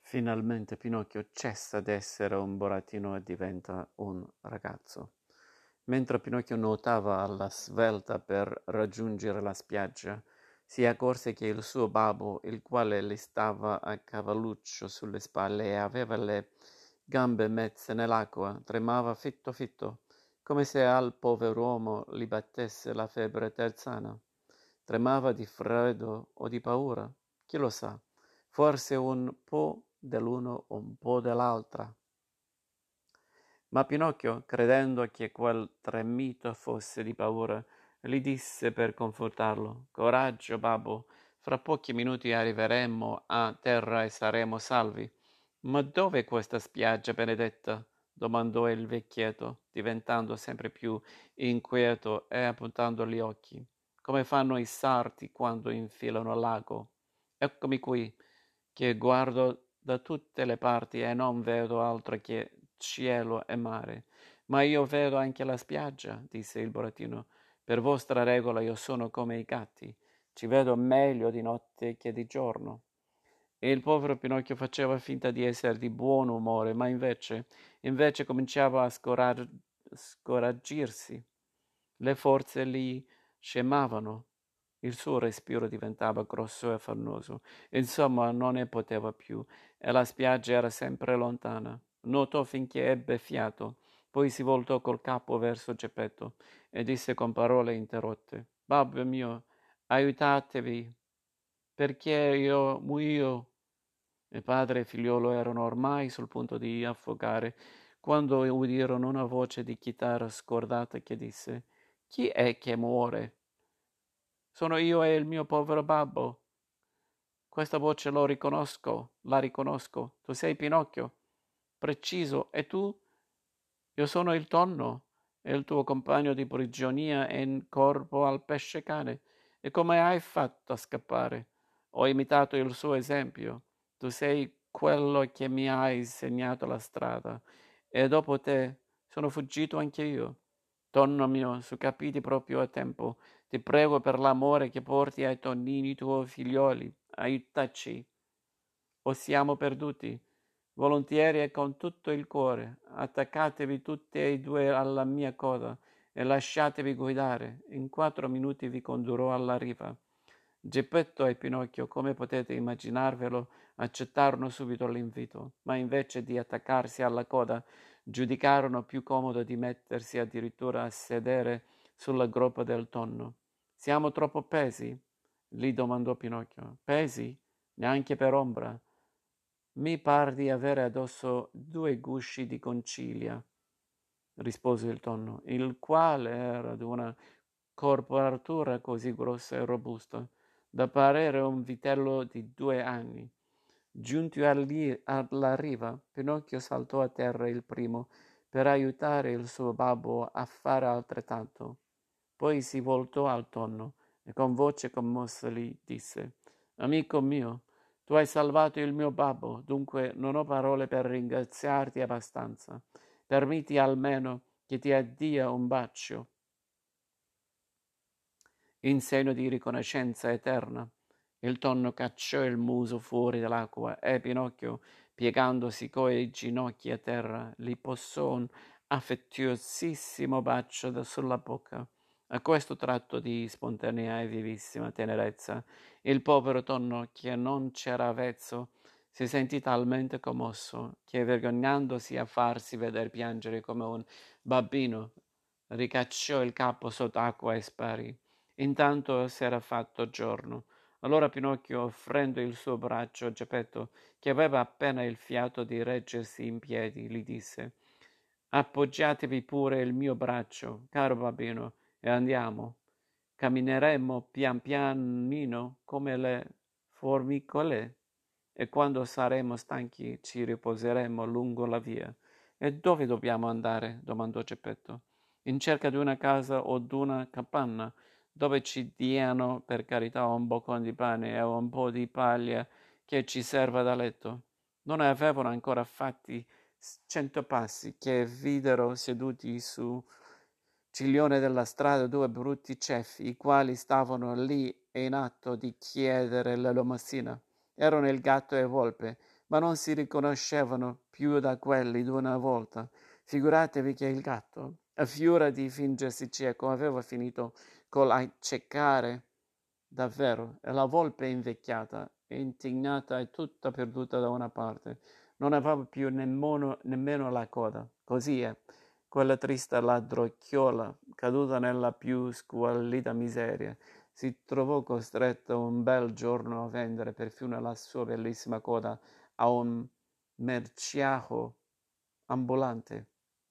Finalmente Pinocchio cessa d'essere un burattino e diventa un ragazzo. Mentre Pinocchio nuotava alla svelta per raggiungere la spiaggia, si accorse che il suo babbo, il quale le stava a cavalluccio sulle spalle e aveva le gambe messe nell'acqua, tremava fitto fitto, come se al pover'uomo gli battesse la febbre terzana. Tremava di freddo o di paura, chi lo sa, forse un po' dell'uno o un po' dell'altra. Ma Pinocchio, credendo che quel tremito fosse di paura, gli disse per confortarlo: Coraggio, babbo, fra pochi minuti arriveremo a terra e saremo salvi. Ma dov'è questa spiaggia benedetta? Domandò il vecchietto, diventando sempre più inquieto e appuntando gli occhi, come fanno i sarti quando infilano al lago. Eccomi qui, che guardo da tutte le parti e non vedo altro che cielo e mare. Ma io vedo anche la spiaggia, disse il burattino. Per vostra regola io sono come i gatti, ci vedo meglio di notte che di giorno. E il povero Pinocchio faceva finta di essere di buon umore, ma invece cominciava a scoraggiarsi. Le forze gli scemavano, il suo respiro diventava grosso e affannoso. Insomma, non ne poteva più e la spiaggia era sempre lontana. Nuotò finché ebbe fiato, poi si voltò col capo verso Geppetto e disse con parole interrotte: Babbo mio, aiutatevi, perché io muoio. E padre e figliolo erano ormai sul punto di affogare, quando udirono una voce di chitarra scordata che disse: Chi è che muore? Sono io e il mio povero babbo. Questa voce la riconosco. Tu sei Pinocchio? Preciso. E tu? Io sono il tonno, e il tuo compagno di prigionia in corpo al pesce cane. E come hai fatto a scappare? Ho imitato il suo esempio. Tu sei quello che mi ha insegnato la strada, e dopo te sono fuggito anche io. Tonno mio, su capiti proprio a tempo. Ti prego per l'amore che porti ai tonnini tuoi figlioli, aiutaci, o siamo perduti. Volentieri e con tutto il cuore, attaccatevi tutti e due alla mia coda e lasciatevi guidare. In 4 minuti vi condurrò alla riva. Geppetto e Pinocchio, come potete immaginarvelo, accettarono subito l'invito, ma invece di attaccarsi alla coda, giudicarono più comodo di mettersi addirittura a sedere sulla groppa del tonno. Siamo troppo pesi? Gli domandò Pinocchio. Pesi? Neanche per ombra. Mi par di avere addosso 2 gusci di concilia, rispose il tonno, il quale era di una corporatura così grossa e robusta da parere un vitello di 2 anni. Giunti alla riva, Pinocchio saltò a terra il primo per aiutare il suo babbo a fare altrettanto. Poi si voltò al tonno e con voce commossa gli disse: Amico mio, tu hai salvato il mio babbo, dunque non ho parole per ringraziarti abbastanza. Permetti almeno che ti addia un bacio in segno di riconoscenza eterna. Il tonno cacciò il muso fuori dall'acqua e Pinocchio, piegandosi coi ginocchi a terra, gli posò un affettuosissimo bacio sulla bocca. A questo tratto di spontanea e vivissima tenerezza, il povero tonno, che non c'era avvezzo, si sentì talmente commosso che, vergognandosi a farsi vedere piangere come un bambino, ricacciò il capo sott'acqua e sparì. Intanto s'era fatto giorno. Allora Pinocchio, offrendo il suo braccio a Geppetto, che aveva appena il fiato di reggersi in piedi, gli disse: Appoggiatevi pure il mio braccio, caro bambino, e andiamo. Cammineremo pian pianino come le formicole, e quando saremo stanchi ci riposeremo lungo la via. E dove dobbiamo andare? Domandò Geppetto. In cerca di una casa o d'una capanna, dove ci diano, per carità, un boccone di pane e un po' di paglia che ci serva da letto. Non avevano ancora fatti 100 passi che videro seduti su ciglione della strada 2 brutti ceffi, i quali stavano lì in atto di chiedere l'elemosina. Erano il gatto e volpe, ma non si riconoscevano più da quelli di una volta. Figuratevi che il gatto, a fiora di fingersi cieco, aveva finito col accecare davvero, e la volpe invecchiata, indignata e tutta perduta da una parte, non aveva più nemmeno la coda. Così è. Quella triste ladrocchiola, caduta nella più squallida miseria, si trovò costretta un bel giorno a vendere perfino la sua bellissima coda a un merciaio ambulante,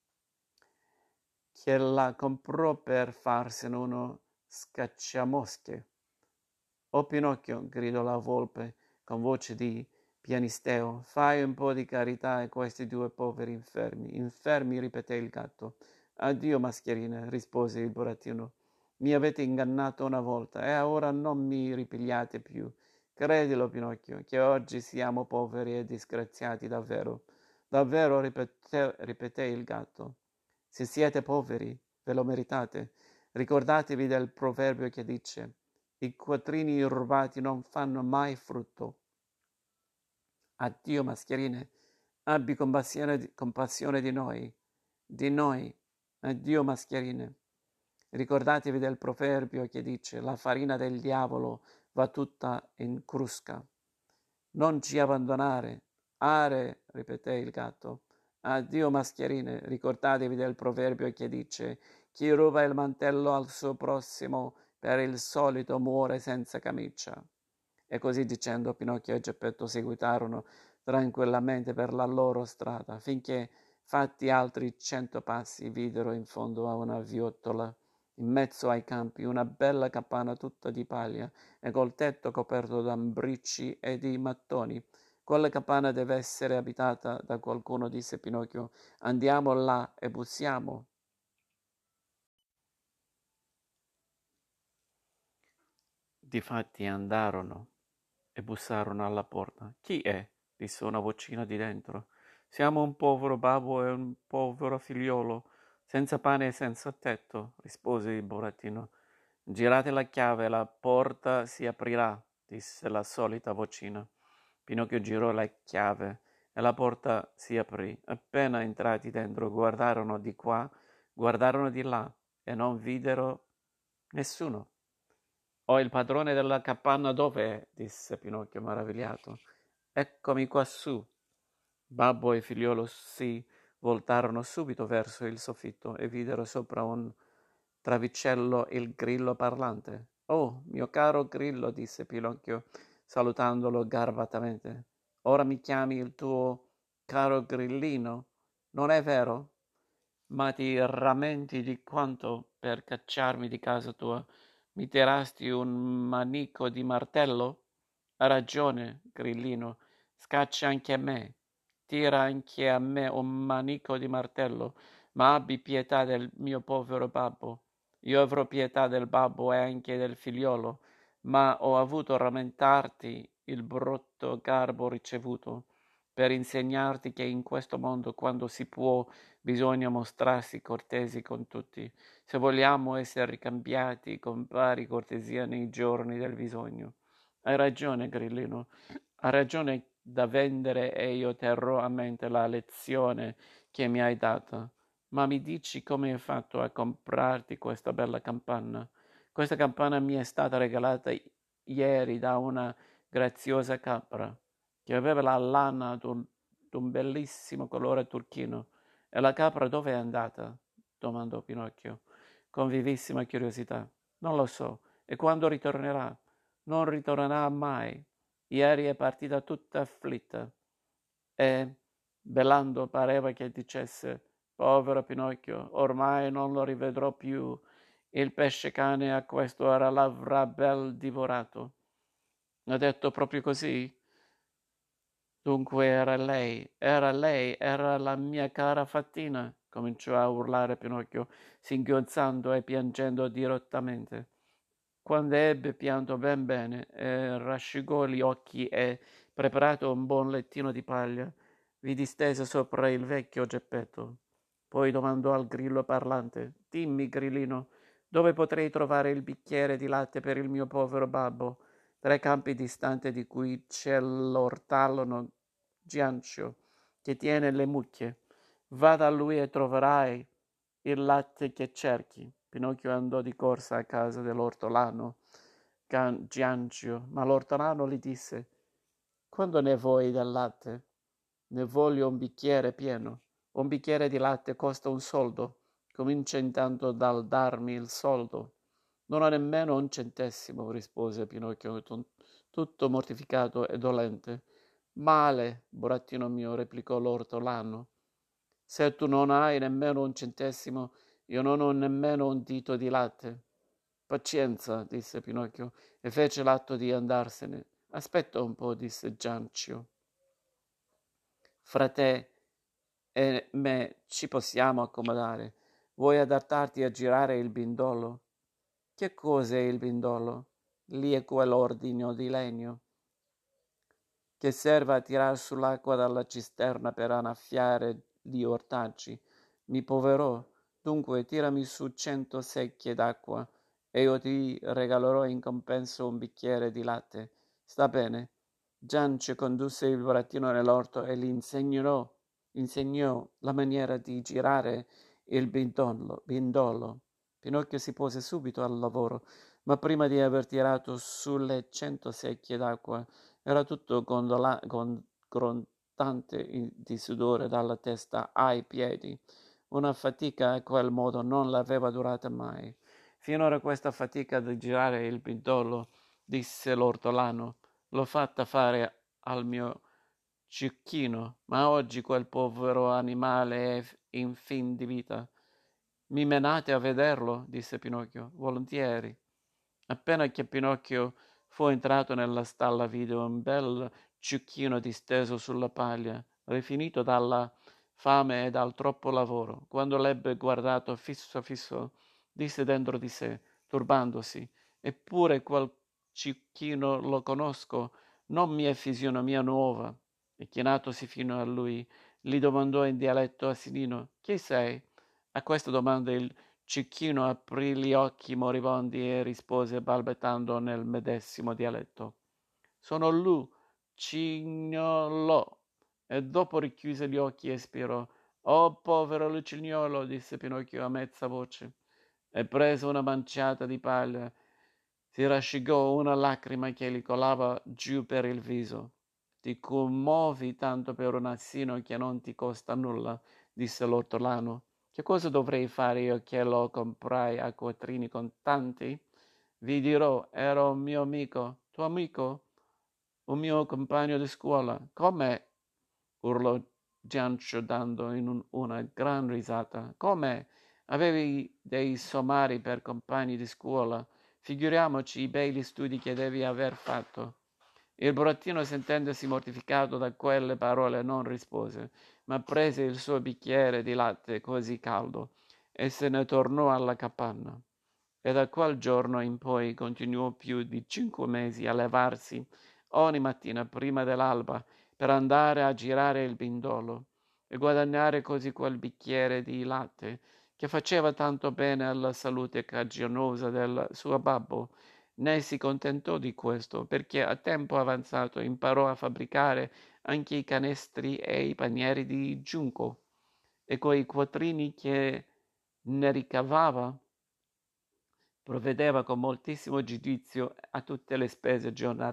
che la comprò per farsene uno scacciamosche. «Oh Pinocchio», gridò la volpe con voce di pianisteo, «fai un po' di carità a questi due poveri infermi». «Infermi», ripeté il gatto. «Addio, mascherina», rispose il burattino. «Mi avete ingannato una volta e ora non mi ripigliate più. Credilo, Pinocchio, che oggi siamo poveri e disgraziati davvero». «Davvero», ripeté il gatto. «Se siete poveri, ve lo meritate. Ricordatevi del proverbio che dice: i quattrini rubati non fanno mai frutto». «Addio, mascherine, abbi compassione di noi, di noi. Addio, mascherine. Ricordatevi del proverbio che dice: la farina del diavolo va tutta in crusca. Non ci abbandonare». «Are», ripeté il gatto. «Addio, mascherine, ricordatevi del proverbio che dice: chi ruba il mantello al suo prossimo per il solito muore senza camicia». E così dicendo Pinocchio e Geppetto seguitarono tranquillamente per la loro strada, finché, fatti altri 100 passi, videro in fondo a una viottola, in mezzo ai campi, una bella capanna tutta di paglia e col tetto coperto d'ambricci e di mattoni. «Quella capanna deve essere abitata da qualcuno», disse Pinocchio. «Andiamo là e bussiamo». Difatti andarono e bussarono alla porta. «Chi è?» disse una vocina di dentro. «Siamo un povero babbo e un povero figliolo, senza pane e senza tetto», rispose il burattino. «Girate la chiave e la porta si aprirà», disse la solita vocina. Pinocchio girò la chiave e la porta si aprì. Appena entrati dentro, guardarono di qua, guardarono di là e non videro nessuno. «Oh, il padrone della capanna dov'è?» disse Pinocchio maravigliato. «Eccomi quassù». Babbo e figliolo si voltarono subito verso il soffitto e videro sopra un travicello il grillo parlante. «Oh, mio caro grillo», disse Pinocchio, salutandolo garbatamente, «ora mi chiami il tuo caro grillino, non è vero? Ma ti rammenti di quanto, per cacciarmi di casa tua, mi tirasti un manico di martello? Ha ragione, grillino, scaccia anche a me, tira anche a me un manico di martello, ma abbi pietà del mio povero babbo. Io avrò pietà del babbo e anche del figliolo, ma ho avuto rammentarti il brutto garbo ricevuto, per insegnarti che in questo mondo, quando si può, bisogna mostrarsi cortesi con tutti, se vogliamo essere ricambiati con pari cortesia nei giorni del bisogno. Hai ragione, grillino, hai ragione da vendere e io terrò a mente la lezione che mi hai data. Ma mi dici come hai fatto a comprarti questa bella capanna? Questa capanna mi è stata regalata ieri da una graziosa capra, che aveva la lana d'un bellissimo colore turchino. «E la capra dove è andata?» domandò Pinocchio, con vivissima curiosità. «Non lo so. E quando ritornerà?» «Non ritornerà mai. Ieri è partita tutta afflitta». E, belando, pareva che dicesse: «Povero Pinocchio, ormai non lo rivedrò più. Il pesce cane a quest'ora l'avrà bel divorato». «Ha detto proprio così?» «Dunque era lei, era la mia cara Fattina», cominciò a urlare Pinocchio, singhiozzando e piangendo dirottamente. Quando ebbe pianto ben bene, rasciugò gli occhi e, preparato un buon lettino di paglia, vi distese sopra il vecchio Geppetto. Poi domandò al grillo parlante: «Dimmi, grillino, dove potrei trovare il bicchiere di latte per il mio povero babbo, 3 campi distante di qui c'è l'ortolano Giancio, che tiene le mucche. Va da lui e troverai il latte che cerchi. Pinocchio andò di corsa a casa dell'ortolano Giancio, ma l'ortolano gli disse: Quando ne vuoi del latte? Ne voglio un bicchiere pieno. Un bicchiere di latte costa un soldo. Comincia intanto dal darmi il soldo. Non ho nemmeno un centesimo, rispose Pinocchio, tutto mortificato e dolente. Male, burattino mio, replicò l'ortolano. Se tu non hai nemmeno un centesimo, io non ho nemmeno un dito di latte. Pazienza, disse Pinocchio, e fece l'atto di andarsene. Aspetta un po', disse Giancio. Fra te e me ci possiamo accomodare. Vuoi adattarti a girare il bindolo? Che cos'è il bindolo? Lì è quell'ordine di legno che serve a tirar sull'acqua dalla cisterna per annaffiare gli ortaggi. Mi poverò, dunque tirami su 100 secchie d'acqua e io ti regalerò in compenso un bicchiere di latte. Sta bene? Giancio condusse il burattino nell'orto e gli insegnò la maniera di girare il bindolo. Pinocchio si pose subito al lavoro, ma prima di aver tirato sulle 100 secchie d'acqua era tutto grondante di sudore dalla testa ai piedi. Una fatica a quel modo non l'aveva durata mai. Finora questa fatica di girare il bindolo, disse l'ortolano, l'ho fatta fare al mio cicchino, ma oggi quel povero animale è in fin di vita. Mi menate a vederlo? Disse Pinocchio. Volentieri. Appena che Pinocchio fu entrato nella stalla vide un bel ciuchino disteso sulla paglia, rifinito dalla fame e dal troppo lavoro. Quando l'ebbe guardato fisso, disse dentro di sé, turbandosi: Eppure quel ciuchino lo conosco, non mi è fisionomia nuova. E chinatosi fino a lui, gli domandò in dialetto asinino: Chi sei? A questa domanda il Cicchino aprì gli occhi moribondi e rispose balbettando nel medesimo dialetto: Sono lui, Cignolo. E dopo richiuse gli occhi e spirò. Oh, povero Lucignolo, disse Pinocchio a mezza voce, e prese una manciata di paglia. Si rasciugò una lacrima che gli colava giù per il viso. Ti commuovi tanto per un assino che non ti costa nulla, disse l'ortolano. Che cosa dovrei fare io che lo comprai a quattrini contanti? Vi dirò, era un mio amico. Tuo amico? Un mio compagno di scuola. Come? Urlò Giancio dando una gran risata. Come? Avevi dei somari per compagni di scuola? Figuriamoci i begli studi che devi aver fatto. Il burattino, sentendosi mortificato da quelle parole, non rispose, ma prese il suo bicchiere di latte così caldo e se ne tornò alla capanna. E da quel giorno in poi continuò più di 5 mesi a levarsi ogni mattina prima dell'alba per andare a girare il bindolo e guadagnare così quel bicchiere di latte che faceva tanto bene alla salute cagionosa del suo babbo. Né si contentò di questo, perché a tempo avanzato imparò a fabbricare anche i canestri e i panieri di giunco, e coi quattrini che ne ricavava provvedeva con moltissimo giudizio a tutte le spese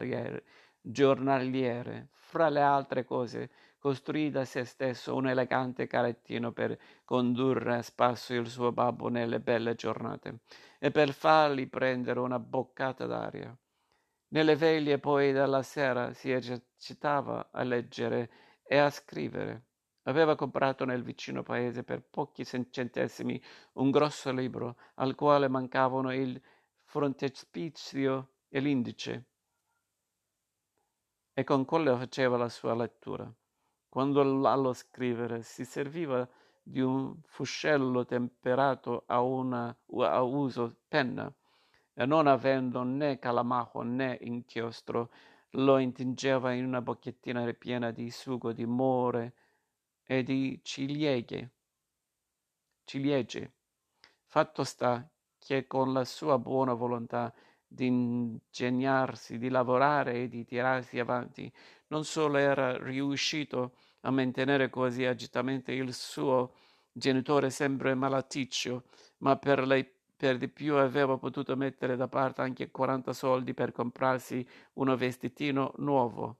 giornaliere. Fra le altre cose, costruì da se stesso un elegante carrettino per condurre a spasso il suo babbo nelle belle giornate e per fargli prendere una boccata d'aria. Nelle veglie poi della sera si esercitava a leggere e a scrivere. Aveva comprato nel vicino paese per pochi centesimi un grosso libro al quale mancavano il frontespizio e l'indice, e con quello faceva la sua lettura. Quando allo scrivere si serviva di un fuscello temperato a uso penna, e non avendo né calamajo né inchiostro, lo intingeva in una bocchettina ripiena di sugo di more e di ciliegie. Fatto sta che con la sua buona volontà di ingegnarsi, di lavorare e di tirarsi avanti. Non solo era riuscito a mantenere così agitamente il suo genitore sempre malaticcio, ma per di più aveva potuto mettere da parte anche 40 soldi per comprarsi uno vestitino nuovo.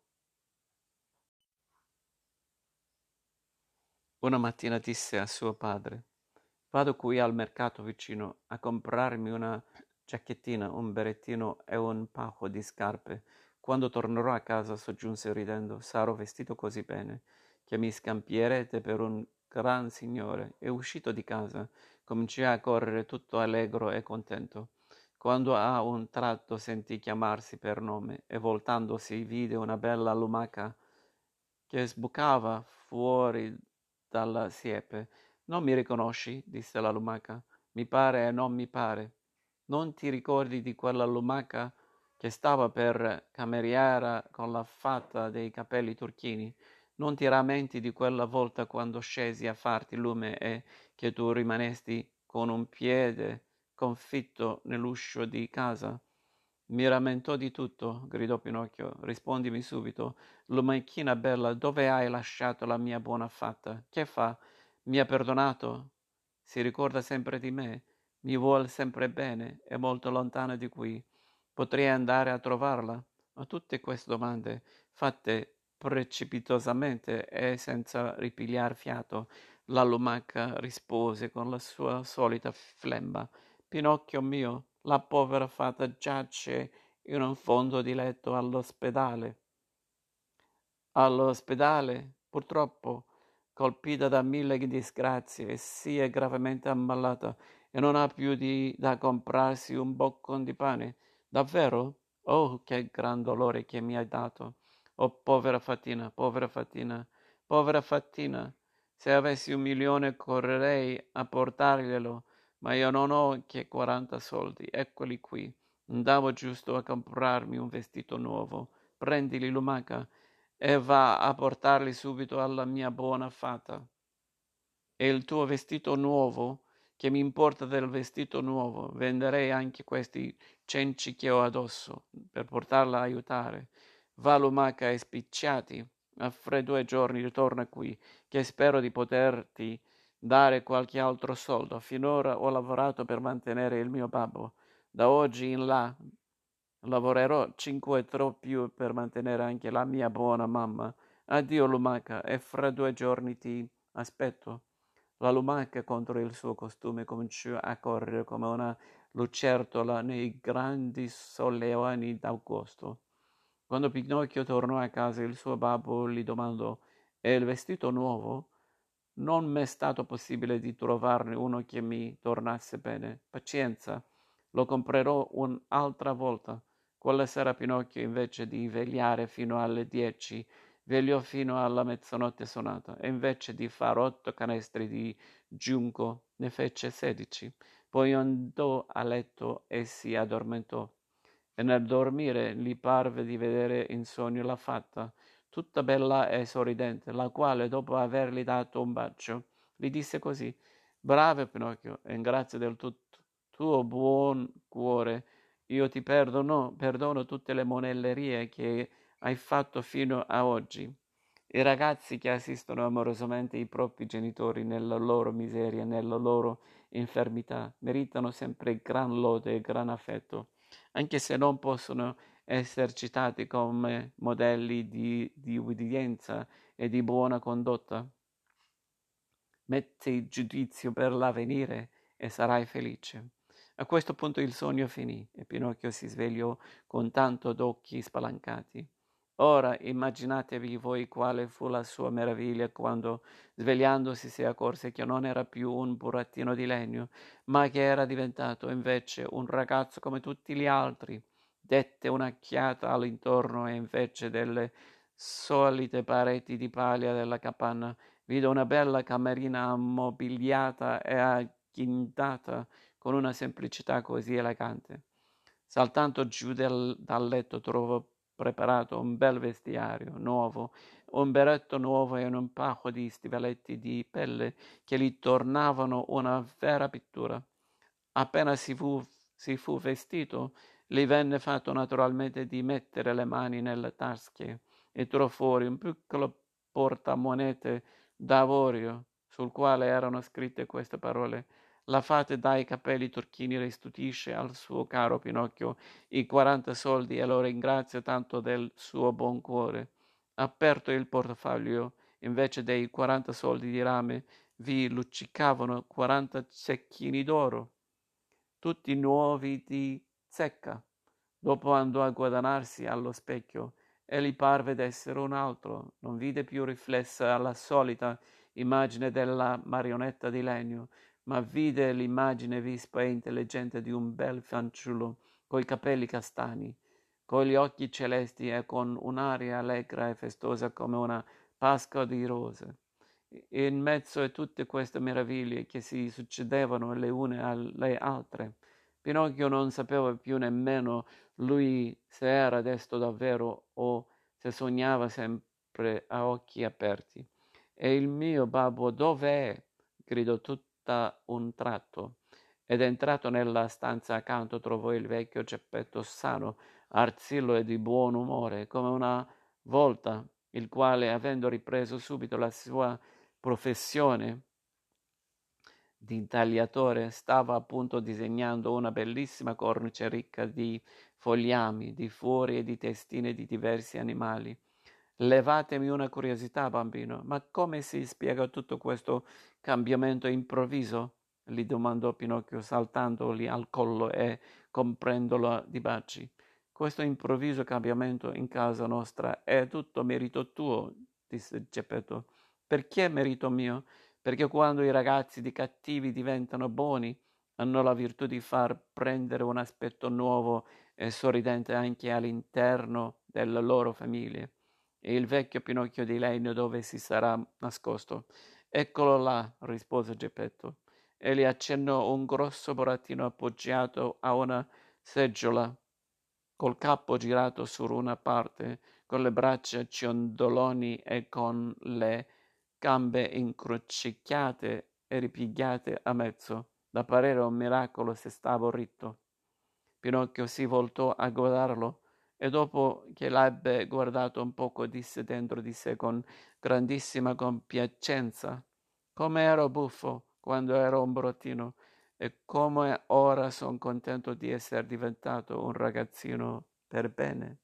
Una mattina disse a suo padre: Vado qui al mercato vicino a comprarmi una giacchettina, un berrettino e un paio di scarpe. Quando tornerò a casa, soggiunse ridendo, sarò vestito così bene che mi scampierete per un gran signore. E uscito di casa, cominciò a correre tutto allegro e contento. Quando a un tratto sentì chiamarsi per nome e voltandosi vide una bella lumaca che sbucava fuori dalla siepe. Non mi riconosci? Disse la lumaca. Mi pare e non mi pare. Non ti ricordi di quella lumaca che stava per cameriera con la fatta dei capelli turchini? Non ti rammenti di quella volta quando scesi a farti lume e che tu rimanesti con un piede confitto nell'uscio di casa? Mi rammentò di tutto, gridò Pinocchio. Rispondimi subito. Lumachina bella, dove hai lasciato la mia buona fatta? Che fa? Mi ha perdonato? Si ricorda sempre di me? Mi vuol sempre bene? È molto lontana di qui. Potrei andare a trovarla? A tutte queste domande, fatte precipitosamente e senza ripigliar fiato, la lumaca rispose con la sua solita flemma. Pinocchio mio, la povera fata giace in un fondo di letto all'ospedale. All'ospedale, purtroppo, colpita da mille disgrazie, e si è gravemente ammalata e non ha più da comprarsi un boccone di pane. Davvero? Oh, che gran dolore che mi hai dato. Oh, povera Fatina, povera Fatina, povera Fatina. Se avessi 1 milione correrei a portarglielo, ma io non ho che 40 soldi. Eccoli qui. Andavo giusto a comprarmi un vestito nuovo. Prendili, lumaca, e va a portarli subito alla mia buona fata. E il tuo vestito nuovo? Che mi importa del vestito nuovo? Venderei anche questi cenci che ho addosso per portarla a aiutare. Va, lumaca, e spicciati. Fra 2 giorni ritorna qui, che spero di poterti dare qualche altro soldo. Finora ho lavorato per mantenere il mio babbo. Da oggi in là lavorerò 5 più per mantenere anche la mia buona mamma. Addio, lumaca, e fra 2 giorni ti aspetto. La lumaca contro il suo costume cominciò a correre come una lucertola nei grandi soleoni d'agosto. Quando Pinocchio tornò a casa, il suo babbo gli domandò: E il vestito nuovo? Non m'è stato possibile di trovarne uno che mi tornasse bene. Pazienza, lo comprerò un'altra volta. Quella sera Pinocchio, invece di vegliare fino alle 10, vegliò fino alla mezzanotte sonata, e invece di far 8 canestri di giunco, ne fece 16. Poi andò a letto e si addormentò. E nel dormire gli parve di vedere in sogno la fatta, tutta bella e sorridente, la quale, dopo avergli dato un bacio, gli disse così: Bravo Pinocchio, in grazia del tuo buon cuore, io ti perdono tutte le monellerie che hai fatto fino a oggi. I ragazzi che assistono amorosamente i propri genitori nella loro miseria e nella loro infermità meritano sempre gran lode e gran affetto, anche se non possono essere citati come modelli di ubbidienza e di buona condotta. Metti giudizio per l'avvenire e sarai felice. A questo punto il sogno finì e Pinocchio si svegliò con tanto d'occhi spalancati. Ora immaginatevi voi quale fu la sua meraviglia quando, svegliandosi, si accorse che non era più un burattino di legno, ma che era diventato invece un ragazzo come tutti gli altri. Dette un'occhiata all'intorno e invece delle solite pareti di paglia della capanna vide una bella camerina ammobiliata e agghindata con una semplicità così elegante. Saltando giù dal letto trovò preparato un bel vestiario nuovo, un berretto nuovo e un paio di stivaletti di pelle che gli tornavano una vera pittura. Appena si fu vestito, Gli venne fatto naturalmente di mettere le mani nelle tasche e tirò fuori un piccolo portamonete d'avorio sul quale erano scritte queste parole: la fate dai capelli turchini restituisce al suo caro Pinocchio i 40 soldi e lo ringrazia tanto del suo buon cuore. Aperto il portafoglio, invece dei 40 soldi di rame, vi luccicavano 40 cecchini d'oro, tutti nuovi di zecca. Dopo andò a guardarsi allo specchio e gli parve d'essere un altro. Non vide più riflessa la solita immagine della marionetta di legno, ma vide l'immagine vispa e intelligente di un bel fanciullo coi capelli castani, con gli occhi celesti e con un'aria allegra e festosa come una Pasqua di rose. In mezzo a tutte queste meraviglie che si succedevano le une alle altre, Pinocchio non sapeva più nemmeno lui se era desto davvero o se sognava sempre a occhi aperti. E il mio babbo dov'è? Gridò tutta un tratto. Ed entrato nella stanza accanto trovò il vecchio Geppetto sano, arzillo e di buon umore, come una volta, il quale, avendo ripreso subito la sua professione di intagliatore, stava appunto disegnando una bellissima cornice ricca di fogliami, di fuori e di testine di diversi animali. Levatemi una curiosità, bambino, ma come si spiega tutto questo cambiamento improvviso? Gli domandò Pinocchio, saltandogli al collo e comprendolo di baci. Questo improvviso cambiamento in casa nostra è tutto merito tuo, disse Geppetto. Perché merito mio? Perché quando i ragazzi di cattivi diventano buoni, hanno la virtù di far prendere un aspetto nuovo e sorridente anche all'interno delle loro famiglie. E il vecchio Pinocchio di legno dove si sarà nascosto? Eccolo là, rispose Geppetto, e gli accennò un grosso burattino appoggiato a una seggiola, col capo girato su una parte, con le braccia ciondoloni e con le gambe incrocicchiate e ripiegate a mezzo, da parere un miracolo se stava ritto. Pinocchio si voltò a guardarlo e dopo che l'ebbe guardato un poco disse dentro di sé con grandissima compiacenza: come ero buffo quando ero un burattino e come ora son contento di essere diventato un ragazzino per bene.